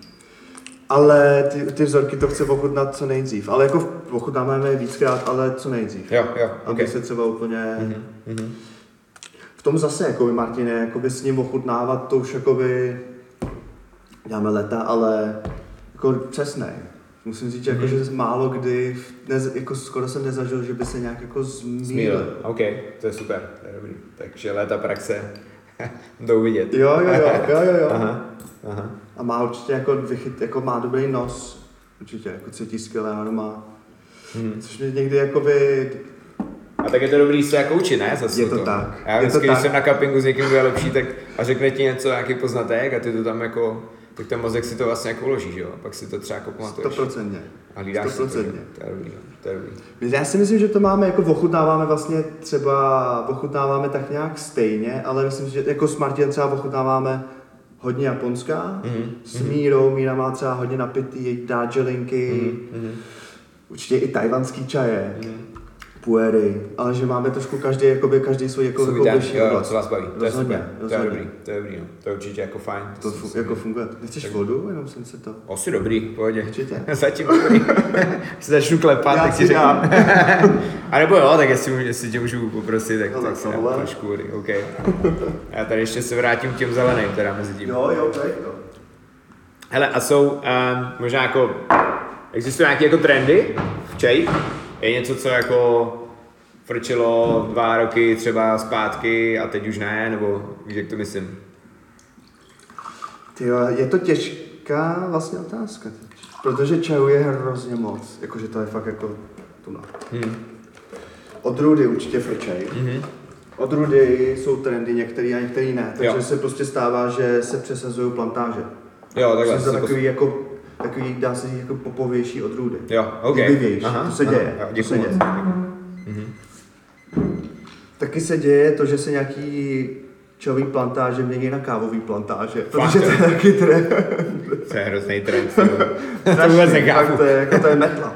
Ale ty, ty vzorky to chce ochutnat co nejdřív. Ale jako ochutnáme víckrát, ale co nejdřív. Jo, jo, aby okay. se třeba úplně... Mm-hmm. V tom zase, jakoby, Martine, jakoby s ním ochutnávat, to už jakoby dáme leta, ale jako přesnej. Musím říct, mm-hmm. jako, že málo kdy, ne, jako skoro jsem nezažil, že by se nějak jako zmýlil. OK, to je super, to je dobrý. Takže léta praxe jdou vidět. Jo, jo, jo, jo, jo, jo. Aha, aha. A má určitě jako, vychyt, jako má dobrý nos, určitě, jako cítí skvěle, ano má. Hmm. Což mě někdy jakoby... A tak je to dobrý se jako učit, ne? Zase je to, to tak. Já vždycky, když jsem na cuppingu s někým, kdo je lepší, tak a řekne ti něco, nějaký poznatek a ty to tam jako... Tak ten mozek si to vlastně jako uloží, že jo? Pak si to třeba jako pamatuješ. sto procent. A hlídáš si to, to je dobrý, to je dobrý. Já si myslím, že to máme, jako ochutnáváme vlastně třeba, ochutnáváme tak nějak stejně, ale myslím, že jako s Martinem třeba ochutnáváme hodně japonská, mm-hmm. s Mírou, Míra má třeba hodně napitý, Darjeelingy, mm-hmm. určitě i tajvanský čaje. Mm-hmm. Puery, ale že máme trošku každý, jakoby každý svůj jako bližší oblast. Co vás baví, to je super, to je dobrý, to je dobrý, no. To je určitě jako fajn. To fu- jako funguje. Nechceš tak... vodu, jenom jsem se to... Asi dobrý, v pohodě. Určitě. Zatím dobrý. Se začnu klepat, já tak si řeknu. A nebo jo, tak jestli, jestli tě můžu poprosit, tak, tak si dám trošku vody, OK. Já tady ještě se vrátím k těm zeleným, teda mezi tím. Jo, jo, tak jo. Hele, a jsou um, možná jako, existují nějaké jako trendy v čaji? Je něco, co jako frčilo dva roky třeba zpátky a teď už ne, nebo víš, jak to myslím? Tyjo, je to těžká vlastně otázka teď, protože čaju je hrozně moc, jakože to je fakt jako tuna. Hmm. Odrůdy určitě frčej. Mm-hmm. Odrůdy jsou trendy, některý a některý ne, takže jo. Se prostě stává, že se přesazují plantáže. Jo, takhle. Jsou takový jako takový, dá se říct, jako popovější odrůdy. Jo, ok. Aha, to se děje. Aha, to se děje. Mm-hmm. Taky se děje to, že se nějaký čajový plantáže mění na kávový plantáže. Protože to je taky trend. To je hrozný trend. To vůbec nechápu. To je, jako to je metla.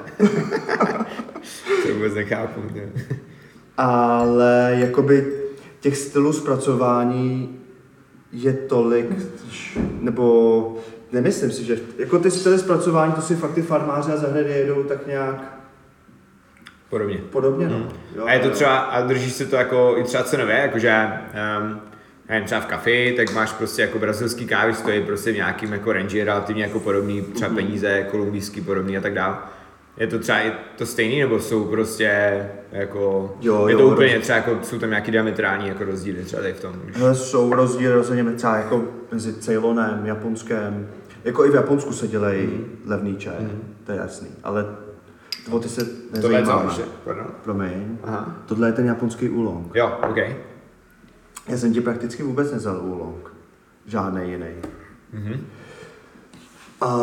To vůbec nechápu. Ne? Ale jakoby těch stylů zpracování je tolik, nebo nemyslím si, že jako ty ty zpracování, to si fakt ty farmáři a zahrady jedou tak nějak podobně. Podobně, no. Hmm. Jo, a je to jo. třeba, a držíš se to jako i třeba cenově, jakože um, nevím, třeba v kafi, tak máš prostě jako brazilský kávy, stojí prostě v nějakým jako range, relativně jako podobný, třeba Mhm. peníze, kolumbijský podobný a tak dále. Je to třeba i to stejný, nebo jsou prostě jako, Jo, je jo, to úplně roz... třeba jako, jsou tam nějaký diametrální jako rozdíly třeba tady v tom. Když... Hele, jsou rozdíly rozhodně třeba jako mezi Ceylonem, Japonskem, jako i v Japonsku se dělají mm. levný čaj, mm. to je jasný, ale o ty se Tohle je co nezajímáme. ještě? Pardon? Promiň, Aha. tohle je ten japonský úlong. Jo, ok. Já jsem ti prakticky vůbec nezal úlong, žádnej jiný. Mhm. A...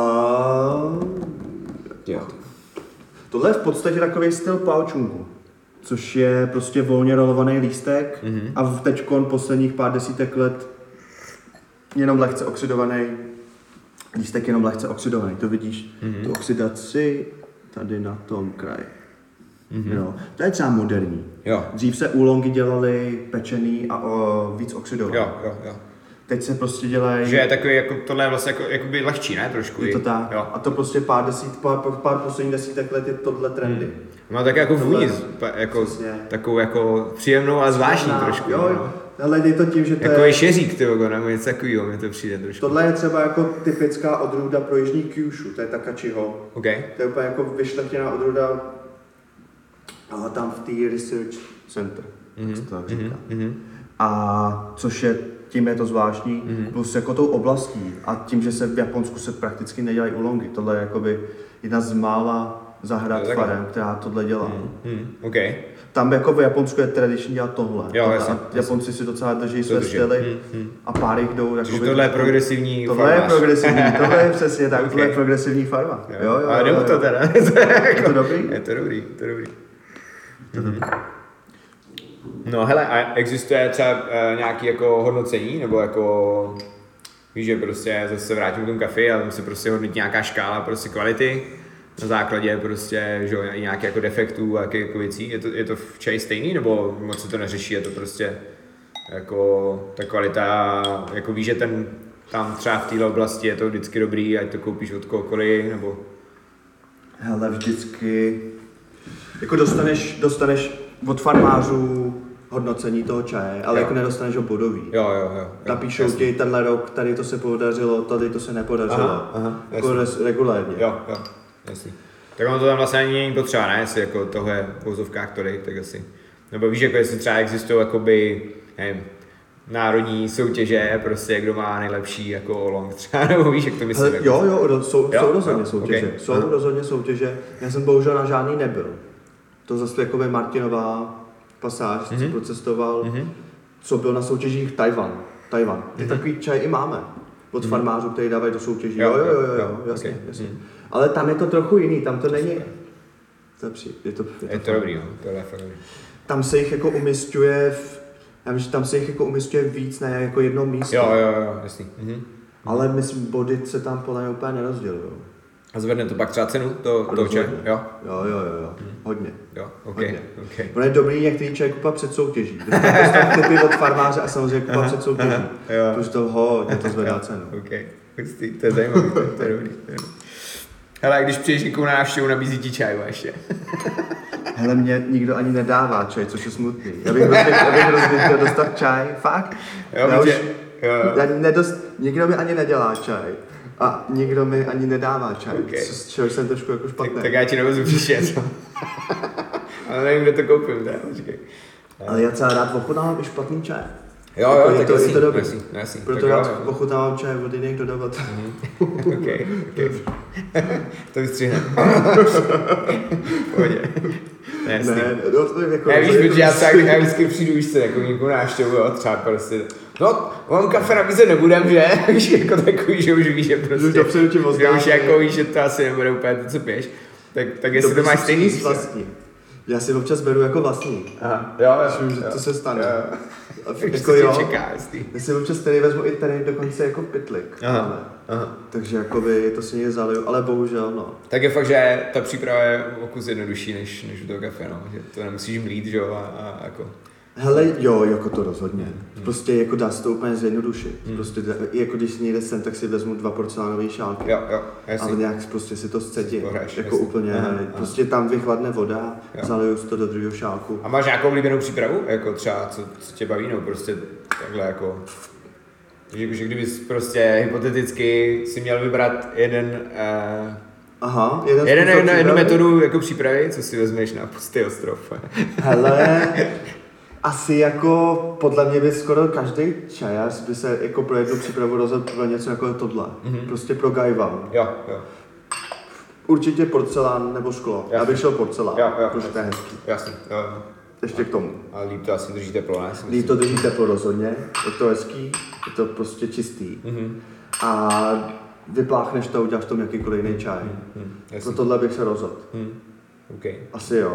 Jo. Tohle je v podstatě takový styl paučungu, což je prostě volně rolovaný lístek Mhm. a v teďkon posledních pár desítek let jenom lehce oxidovaný lístek, jenom lehce oxidovaný. To vidíš, Mhm. tu oxidaci tady na tom kraji. Mhm. Jo. To je třeba moderní. Jo. Dřív se úlongy dělaly pečený a o, víc oxidovaný. Jo, jo, jo. Teď se prostě dělají... Že je takový, jako, tohle je vlastně jako, jakoby lehčí, ne? Trošku. Je to i. tak. Jo. A to prostě pár, desít, pár, pár posledních desítek let je tohle trendy. Hmm. Má tak jako Tohle- vůni, jako, Přesně. takovou jako příjemnou a zvláštní No, trošku. Jo, no. jo. Ale je to tím, že to Jako je... je šeřík, ty vogo, nebo něco takového, mi to přijde trošku. Tohle je třeba jako typická odrůda pro jižní Kyushu, to je Takachiho. OK. To je úplně jako vyšlechtěná odrůda a tam v té Research Center, Mhm, jak se to tak říká. Mhm. A což je, tím je to zvláštní, Mhm. plus jako tou oblastí a tím, že se v Japonsku se prakticky nedělají úlongy. Tohle je jakoby jedna z mála zahrad Jo, takhle. farem, která tohle dělá. Mhm. OK. Tam jako v Japonsku je tradiční dělat tohle. Jo, tohle jasně, a Japonci si docela drží své drží. styly Mhm. a pár jich jdou. Takže jakoby tohle je trošku- progresivní Tohle je farmář. progresivní, tohle je přesně tak, Okay. tohle je progresivní farma. Jo, Jo, jo, ale jde jo, mu to jo. teda. Je to dobrý? Je to dobrý, to dobrý. Mhm. No hele, a existuje třeba uh, nějaký jako hodnocení, nebo jako, víš, že prostě zase vrátím k tomu kafi, ale tam se prostě hodnotí nějaká škála prostě kvality na základě prostě, že jo, i nějakých jako defektů a jakých jako věcí. Je to, je to v čaji stejný, nebo moc se to neřeší, je to prostě jako ta kvalita, jako víš, že ten tam třeba v téhle oblasti je to vždycky dobrý, ať to koupíš od kohokoliv, nebo... Hele, vždycky, jako dostaneš, dostaneš od farmářů hodnocení toho čaje, ale Jo. jako nedostaneš ho bodový. Jo, jo, jo. jo Napíšou jasný. ti tenhle rok, tady to se podařilo, tady to se nepodařilo. Aha, aha, jako jasný. res, regulérně. Jo, jo, jasný. Tak ono to tam vlastně ani není potřeba, ne? Jestli jako tohle v vozovkách tolik, tak asi. Nebo víš, jako jestli třeba existují jakoby, nevím, národní soutěže, prostě kdo má nejlepší jako olong třeba, nebo víš, jak to myslím. Hele, jako. jo, jo, ro- jsou, Jo? jsou rozhodně Jo, soutěže. okay. Jsou Aha. rozhodně soutěže. Já jsem bohužel na žádný nebyl. To zase jako by Martinová pasáž, co Mhm. procestoval, Mhm. co byl na soutěžích Tajvan. Tajvan. Ty Mhm. takový čaj i máme. Od Mhm. farmářů, který dávají do soutěží. Jo, Jo, jo, jo, jo, jo, jo jasně, okay. jasně. Mhm. Ale tam je to trochu jiný, tam to není... To je, při- je to, Je to fajn. dobrý, jo, to je fakt dobrý. Tam se jich jako umistuje v... Já vím, že tam se jich jako umistuje víc na jako jednom místě. Jo, jo, jo, jasný. Mhm. Ale myslím, body se tam podle mě úplně nerozdělují. A zvedne to pak třeba cenu, to, to čaj? Rozhodně. Jo, Jo, jo, jo, jo. Hodně. jo, ok, Hodně. ok. Ono je dobrý některý čaj kupovat před soutěží. Dostat tipy od farmáře a samozřejmě kupovat před soutěží. jo. Protože to hodně to zvedá cenu. Ok, hustý, to je zajímavý, to, to je dobrý. To je dobrý. Hele, když přijdeš někomu na návštěvu, nabízí ti čaj ještě. Hele, mě nikdo ani nedává čaj, což je smutný. Já bych hrozně, já bych hrozně chtěl dostat čaj, fakt. Jo, já protože, jo, jo. já nedost, nikdo mi ani nedělá čaj. A nikdo mi ani nedává čaj, Okay. okay. z čehož jsem trošku jako Tak, špatný. tak já ti nevezu příště, co? Ale nevím, kde to koupím, teda, počkej. Ale já celá rád ochutnávám i špatný čaj. Jo, Jako jo, je tak to, jasný, je to dobrý. jasný, jasný. Proto Tak jo, rád jo. ochutnávám čaj od jiných dodavat. Ok, ok. To vystřihne. Pohodě. Ne, jasný. Ne, no, to je jako... Já víš, to je protože já, jako- tak, já vždycky přijdu, víš co, jako někoho návštěvu, jo, třeba prostě, no, vám kafe nabízet nebudem, že? Víš, jako takový, že už víš, že prostě, Už dopředu ti že oznámí. už jako víš, že to asi nebude úplně to, co piješ, tak, tak jestli to, bys máš si stejný, přinést víš co? vlastní. Já si občas beru jako vlastní. Aha, jo, jo, Myslím, že jo, to se stane. jo. A Tak jako to tě jo, čeká, jestli. já si občas tady vezmu i tady dokonce jako pytlik. Aha, máme. aha. Takže jakoby to si někde zaliju, ale bohužel no. Tak je fakt, že ta příprava je o kus jednodušší než, než u toho kafe, no. Že to nemusíš mlít, že jo, a, a jako Hele, jo, jako to rozhodně. Hmm. Prostě jako dá se to úplně zjednodušit. Hmm. Prostě jako když někde jsem, tak si vezmu dva porcelánové šálky. Jo, jo, jasný. Ale nějak prostě si to scedím. Jako jasný. úplně, aha, aha. Prostě tam vychladne voda, jo. Zaliju to do druhého šálku. A máš nějakou oblíbenou přípravu? Jako třeba, co, co tě baví, no prostě takhle jako... Že, že kdybys prostě hypoteticky si měl vybrat jeden... Uh, Aha, jeden jeden, jednu, jednu metodu jako přípravy, co si vezmeš na Pustý ostrov. Hele, asi jako podle mě by skoro každý čajař by se jako pro jednu přípravu rozhodl pro něco jako tohle. Mm-hmm. Prostě pro gajvan. Jo, jo. Určitě porcelán nebo sklo. Já bych šel porcelán, jo, jo, protože to je hezký. Jasně, jo, jo. Ještě k tomu. A líp to asi drží teplo, ne? Líp to drží teplo rozhodně, je to hezký, je to prostě čistý. Mm-hmm. A vypláchneš to a uděláš tomu jakýkoliv jiný čaj. Mm-hmm. Pro tohle bych se rozhodl. Mm. Okay. Asi jo.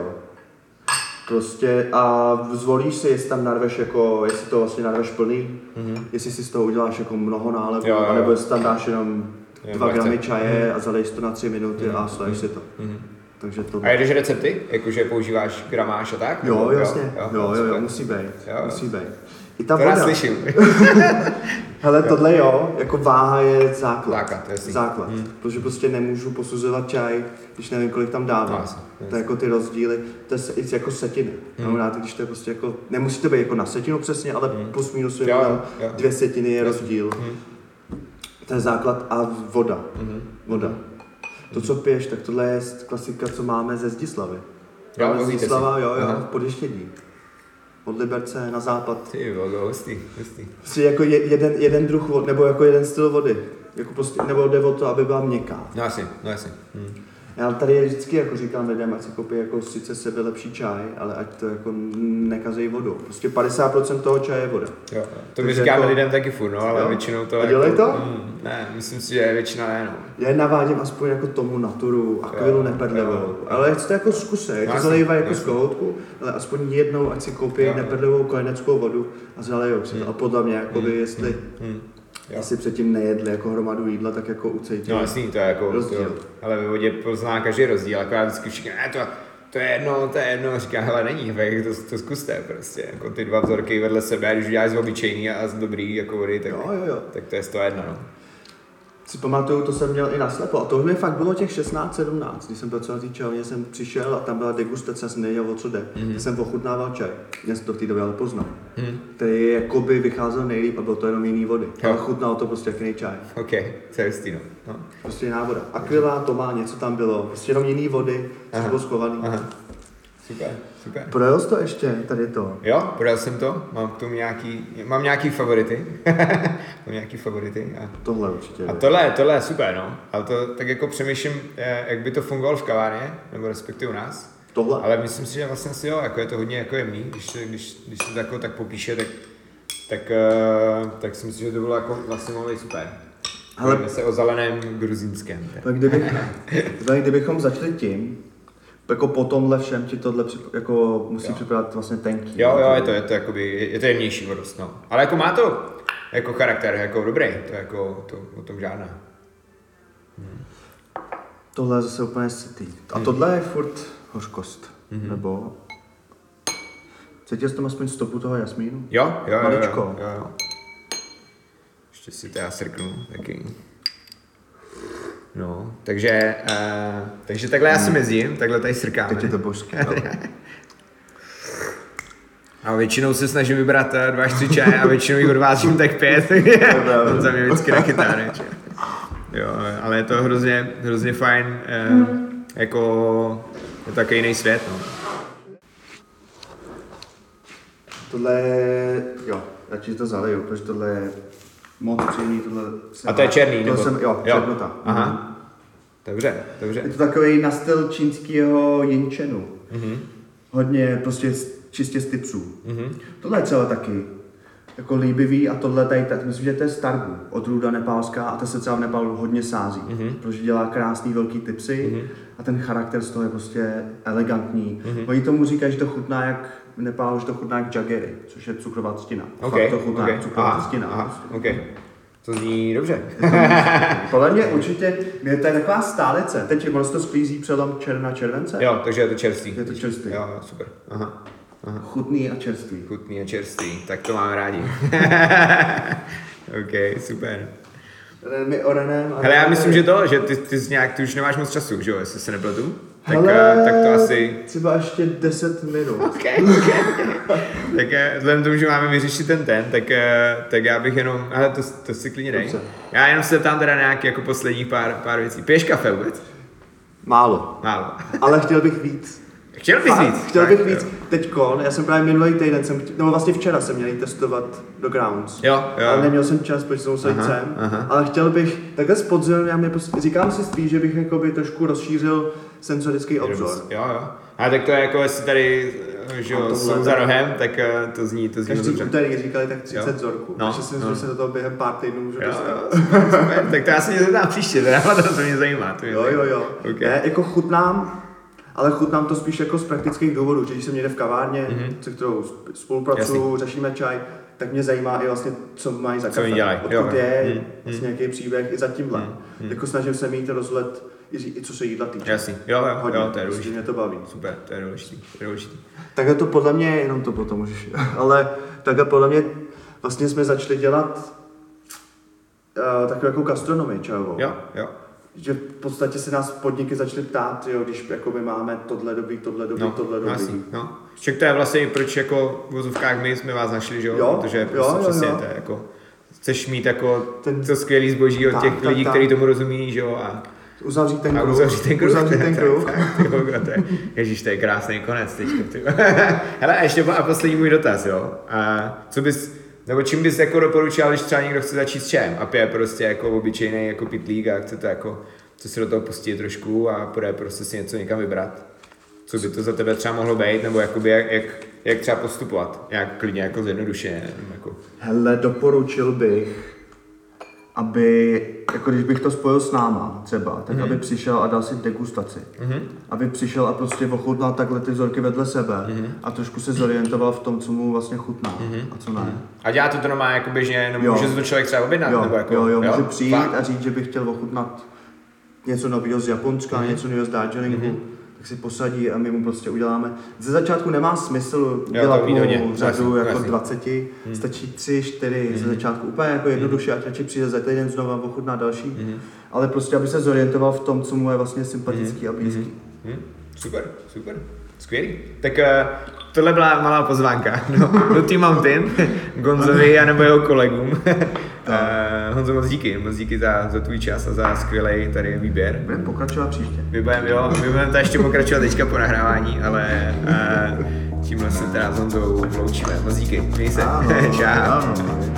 Prostě a zvolíš si, jestli tam narveš jako, jestli to vlastně narveš plný, mm-hmm. jestli si z toho uděláš jako mnoho nálevů, anebo jestli tam dáš jenom dva gramy čaje mm-hmm. a zaleješ to na tři minuty mm-hmm. a sleješ si to. Mm-hmm. Takže to... A jedeš recepty? Jakože používáš gramáž a tak? Jo, jasně. Jo, jo, jo, jo, musí být. Jo, musí být. I ta to voda. já slyším. Hele, tohle jo, jako váha je základ. Základ, jasný. Základ. Hmm. Protože prostě nemůžu posuzovat čaj, když nevím, kolik tam dávám. Jasný, jasný. To je jako ty rozdíly, to je jako setiny. Hmm. No, když to je prostě jako, nemusí to být jako na setinu přesně, ale hmm. plus minus je tam dvě setiny je rozdíl. Hmm. To je základ a voda. Hmm. Voda. To, co piješ, tak tohle je klasika, co máme ze Zdislavy. Jo, ze Zdislava, jo, jo, v Podještědí. Od Liberce na západ. Ty vogo, hustý, hustý. Prostě jako jeden, jeden druh vody, nebo jako jeden styl vody. Jako prostě, nebo jde o to, aby byla měkká. No asi, no asi. Hmm. Já tady vždycky jako říkám lidem, ať si koupí jako sice sebe lepší čaj, ale ať to jako nekazej vodou. Prostě padesát procent toho čaje je voda. Jo, to my říkáme jako... lidem taky furt, no, ale jo? Většinou to a dělej jako... to? Mm, ne, myslím si, že většina ne, no. Já navádím aspoň jako tomu naturu, akvilu neperlivou, ale ať to jako zkusej, ať to zalejvají jako z kohoutku, ale aspoň jednou, ať si koupí jo. neperlivou kojeneckou vodu a zalejou si to. Hmm. A podle mě, jakoby, hmm. jestli... Hmm. Jo. Jestli předtím nejedli jako hromadu jídla, tak jako ucejtí. No jasný, to je jako rozdíl. To, ale ve vodě pozná každý rozdíl, akorát vždycky všichni, ne, to, to je jedno, to je jedno, říká, hele, není, tak to, to zkuste prostě, jako ty dva vzorky vedle sebe, když uděláš z obyčejný a z dobrý jako vody, tak, jo, jo, jo. tak to je sto jedna, no. Si pamatuju, to jsem měl i naslepo a to mi fakt bylo těch šestnáct sedmnáct, když jsem pracoval v té čajovně, jsem přišel a tam byla degustace, jsem nevěděl, o co jde. Mm-hmm. Jsem ochutnával čaj, já jsem to v té době ale poznal. Mm-hmm. Který jakoby vycházel nejlíp a bylo to jenom jiný vody, jo. Ale chutnalo to prostě jak jiný čaj. Ok, to je hustý, no. no. Prostě jiná voda. Akvila, to má, něco tam bylo, prostě jenom jiný vody, co bylo schovaný. Aha. Super, super. Projel jsi to ještě, tady to? Jo, projel jsem to, mám k tomu nějaký, mám nějaký favority, mám nějaký favority. A... Tohle určitě. A tohle, tohle je super, no, ale to tak jako přemýšlím, jak by to fungovalo v kavárně, nebo respektive u nás. Tohle? Ale myslím si, že vlastně si jo, jako je to hodně jako jemný, když se, když, když se to jako tak popíše, tak, tak, uh, tak si myslím, že to bylo jako vlastně mohlo být super. Hele, se o zeleném gruzínském. Tak kdybych, kdybychom začali tím, jako po tomhle všem ti tohle jako musí jo. připadat vlastně tenký. Jo, jo, je to, je to jakoby, je to jemnější vodost, no. Ale jako má to jako charakter, jako dobrý, to jako, to o tom žádná. Hmm. Tohle je zase úplně sytý. A tohle je furt hořkost, mm-hmm. nebo... Cítil jsi tam aspoň stopu toho jasmínu? Jo, jo, jo, jo, jo, jo. Ještě si to já srknu, taky. No, takže, uh, takže takhle já si mezím, takhle tady srkáme. Teď je to božský. A většinou se snažím vybrat dva až tři čaje a většinou jich odvážím tak pět. On za mě vždycky nechytá, ne? Jo, ale je to hrozně, hrozně fajn, uh, jako je to takový jiný svět, no. Tohle je, jo, radši to zaliju, protože tohle je moc příjemný, tohle... A to je černý, nebo? Jsem, jo, jo, černota. Aha. Mm. Dobře, dobře. Je to takový na styl čínského jinčenu. Mm-hmm. Hodně prostě čistě z tipsů. Mm-hmm. Tohle je celé taky jako líbivý a tohle tady, tak myslím, že to je Stargu, odrůda nepálská a ta se celá v Nepálu hodně sází, mm-hmm. protože dělá krásný velký tipsy mm-hmm. a ten charakter z toho je prostě elegantní. Mm-hmm. Oni tomu říkají, že to chutná jak v Nepálu, že to chutná jak jaggery, což je cukrová třtina. Okay. Fakt to chutná okay. jak cukrová třtina. Aha, okay. To zní dobře. Podle mě určitě, je to je taková stálice. Teď ono se to sklízí přelom června července. Jo, takže je to čerstvý. Je to čerstvý. Jo, super. Aha. Aha. Chutný a čerstvý. Chutný a čerstvý, tak to máme rádi. OK, super. My o Renem... Hele, já myslím, že to, že ty, ty, nějak, ty už nemáš moc času, že jo, jestli se nepletu. Tak, Hele, tak to asi... třeba ještě deset minut. Okay, okay. Tak vzhledem tomu, že máme vyřešit ten ten, tak, tak já bych jenom... Aha, to, to si klidně dej. Dobře. Já jenom se tam teda nějaký jako posledních pár, pár věcí. Piješ kafe vůbec? Málo. Málo. Ale chtěl bych víc. Chtěl bys Fakt, víc? Chtěl bych tak, víc. Jo. Teďkon, já jsem právě minulý týden, jsem, nebo vlastně včera jsem měl jít testovat do Grounds. Jo, jo. Ale neměl jsem čas, protože jsem musel jít Aha, sem. aha. Ale chtěl bych, takhle z podzimu, já mě pos- říkám si spíš, že bych jakoby trošku rozšířil sensorický obzor. Jo, jo. A tak to je jako, jestli tady že jo, tohle jsou za tak- rohem, tak eh, to zní, to zní moc Každý dobře. úterý říkali tak třicet Jo. vzorků. No, Takže si myslím, no. že se do toho během pár týdnů můžu Jo, dostat. jo, super, super. Tak to já se mě zeptám příště, teda to, to mě zajímá. To mě Jo, zajímá. jo, jo. Okay. Ne, jako chutnám, ale chutnám to spíš jako z praktických důvodů, že když jsem někde v kavárně, Mhm. se kterou sp- spolupracuju, řešíme čaj, tak mě zajímá i vlastně, co mají za Co kafe, oni dělají, odkud jo, jo. je, Mhm, vlastně nějaký příběh i za tímhle. mhm. Jako snažím se mít rozhled, i, i co se jídla týče. Jasný, jo, jo, Hodně, jo, to je prostě důležitý. mě to baví. Super, to je důležitý, to je důležitý. Takhle to podle mě, jenom to potom můžeš, ale takhle podle mě vlastně jsme začali dělat uh, takovou jako gastronomii čajovou. Jo, jo. Že v podstatě se nás podniky začaly ptát, jo, když jakoby máme tohle dobrý, tohle dobrý, No, tohle dobrý. jasný, no. Však to je vlastně, proč jako v vozovkách my jsme vás našli, že jo? Jo, Protože prostě jo, jo, přesně jo. to je jako, chceš mít jako Ten- to skvělý zboží od Tak, těch tak, lidí, tak. kteří tomu rozumí, že jo? A, Uzavřít ten a kruh. uzavřít ten kruh. Uzavřít ten Tak, kruh. tak, tak, ty vogo, to je, ježíš, to je krásný konec teďka, ty. Hele, a ještě a poslední můj dotaz, jo? A co bys, nebo čím bys jako doporučil, když třeba někdo chce začít s čajem a pije prostě jako obyčejný jako pitlík a chce to jako, co si do toho pustí trošku a půjde prostě si něco někam vybrat. Co by to za tebe třeba mohlo být, nebo jakoby jak, jak, jak třeba postupovat, jak klidně jako zjednodušeně, nebo jako... Hele, doporučil bych, aby, jako když bych to spojil s náma třeba, tak mm-hmm. aby přišel a dal si degustaci. Mm-hmm. Aby přišel a prostě ochutnal takhle ty vzorky vedle sebe mm-hmm. a trošku se zorientoval v tom, co mu vlastně chutná mm-hmm. a co ne. A dělá to to normálně jako běžně, nebo Jo. může se to člověk třeba objednat, Jo, nebo jako... jo, jo, může přijít Fakt? a říct, že bych chtěl ochutnat něco nového z Japonska, mm-hmm. něco nového z Darjeelingu, mm-hmm. tak si posadí a my mu prostě uděláme. Ze začátku nemá smysl dělat to ví hodně. mu řadu Jasný, jako jasný. dvaceti, Mm. stačí tři, čtyři ze začátku úplně jako jednoduše, ať radši přijde za týden znova a ochutná další, Mm. ale prostě aby se zorientoval v tom, co mu je vlastně sympatický a blízký. Hmm, super, super, skvělý. Tak uh, tohle byla malá pozvánka do, do Team Mountain, Gonzovi a nebo jeho kolegům. uh, Honzo, moc díky, moc díky za, za tvůj čas a za skvělý tady výběr. Budeme pokračovat příště. My budeme, jo, my budeme to ještě pokračovat teďka po nahrávání, ale uh, tímhle se teda s Honzou loučíme. Moc díky, měj se. Čau. Ano.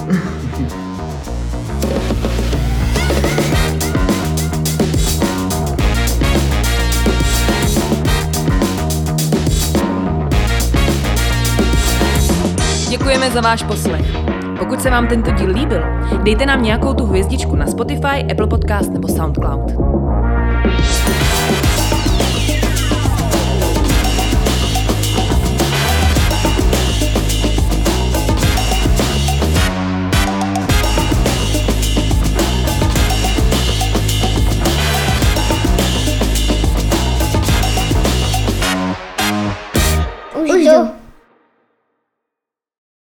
Děkujeme za váš poslech. Pokud se vám tento díl líbil, dejte nám nějakou tu hvězdičku na Spotify, Apple Podcast nebo SoundCloud.